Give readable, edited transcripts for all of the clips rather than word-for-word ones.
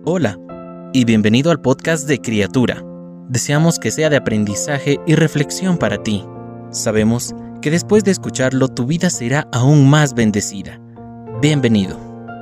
Hola y bienvenido al podcast de Criatura. Deseamos que sea de aprendizaje y reflexión para ti. Sabemos que después de escucharlo tu vida será aún más bendecida. Bienvenido.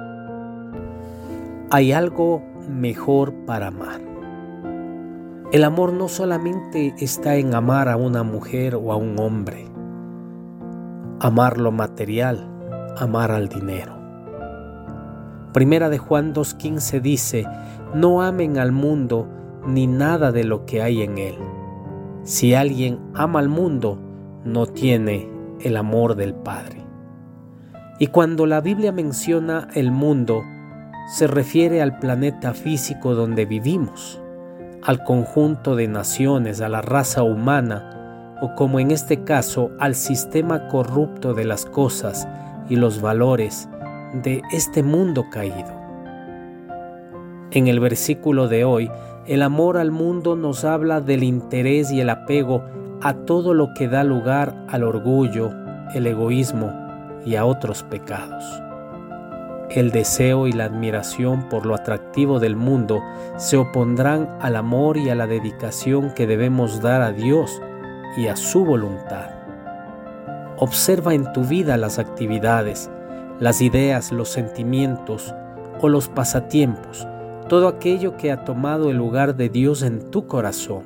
Hay algo mejor para amar. El amor no solamente está en amar a una mujer o a un hombre, amar lo material, amar al dinero. Primera de Juan 2:15 dice: no amen al mundo ni nada de lo que hay en él. Si alguien ama al mundo, no tiene el amor del Padre. Y cuando la Biblia menciona el mundo, se refiere al planeta físico donde vivimos, al conjunto de naciones, a la raza humana, o como en este caso, al sistema corrupto de las cosas y los valores de este mundo caído. En el versículo de hoy, el amor al mundo nos habla del interés y el apego a todo lo que da lugar al orgullo, el egoísmo y a otros pecados. El deseo y la admiración por lo atractivo del mundo se opondrán al amor y a la dedicación que debemos dar a Dios y a su voluntad. Observa en tu vida las actividades, las ideas, los sentimientos o los pasatiempos, todo aquello que ha tomado el lugar de Dios en tu corazón.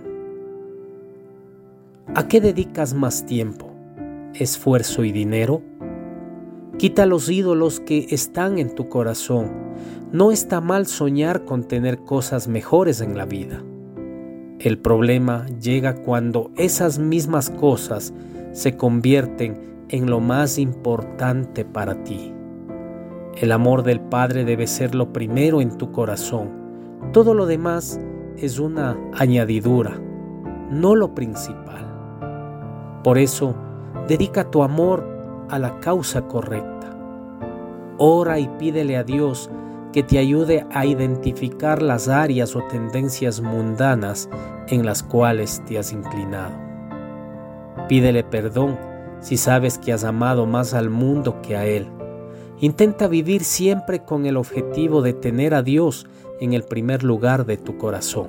¿A qué dedicas más tiempo? ¿Esfuerzo y dinero? Quita los ídolos que están en tu corazón. No está mal soñar con tener cosas mejores en la vida. El problema llega cuando esas mismas cosas se convierten en lo más importante para ti. El amor del Padre debe ser lo primero en tu corazón. Todo lo demás es una añadidura, no lo principal. Por eso, dedica tu amor a la causa correcta. Ora y pídele a Dios que te ayude a identificar las áreas o tendencias mundanas en las cuales te has inclinado. Pídele perdón si sabes que has amado más al mundo que a Él. Intenta vivir siempre con el objetivo de tener a Dios en el primer lugar de tu corazón.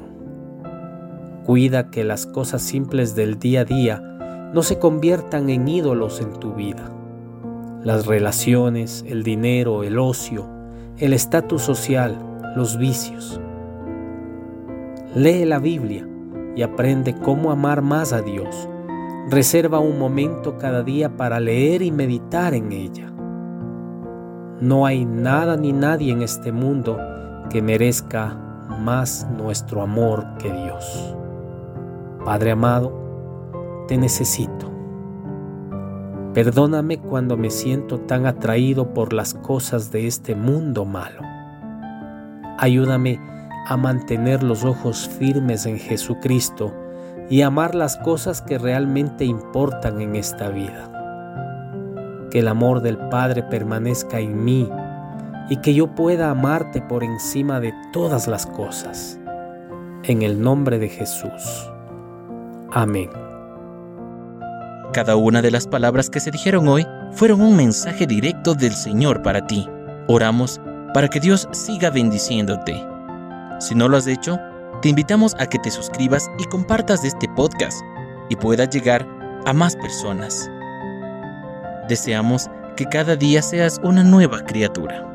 Cuida que las cosas simples del día a día no se conviertan en ídolos en tu vida. Las relaciones, el dinero, el ocio, el estatus social, los vicios. Lee la Biblia y aprende cómo amar más a Dios. Reserva un momento cada día para leer y meditar en ella. No hay nada ni nadie en este mundo que merezca más nuestro amor que Dios. Padre amado, te necesito. Perdóname cuando me siento tan atraído por las cosas de este mundo malo. Ayúdame a mantener los ojos firmes en Jesucristo y amar las cosas que realmente importan en esta vida. Que el amor del Padre permanezca en mí y que yo pueda amarte por encima de todas las cosas. En el nombre de Jesús. Amén. Cada una de las palabras que se dijeron hoy fueron un mensaje directo del Señor para ti. Oramos para que Dios siga bendiciéndote. Si no lo has hecho, te invitamos a que te suscribas y compartas este podcast y puedas llegar a más personas. Deseamos que cada día seas una nueva criatura.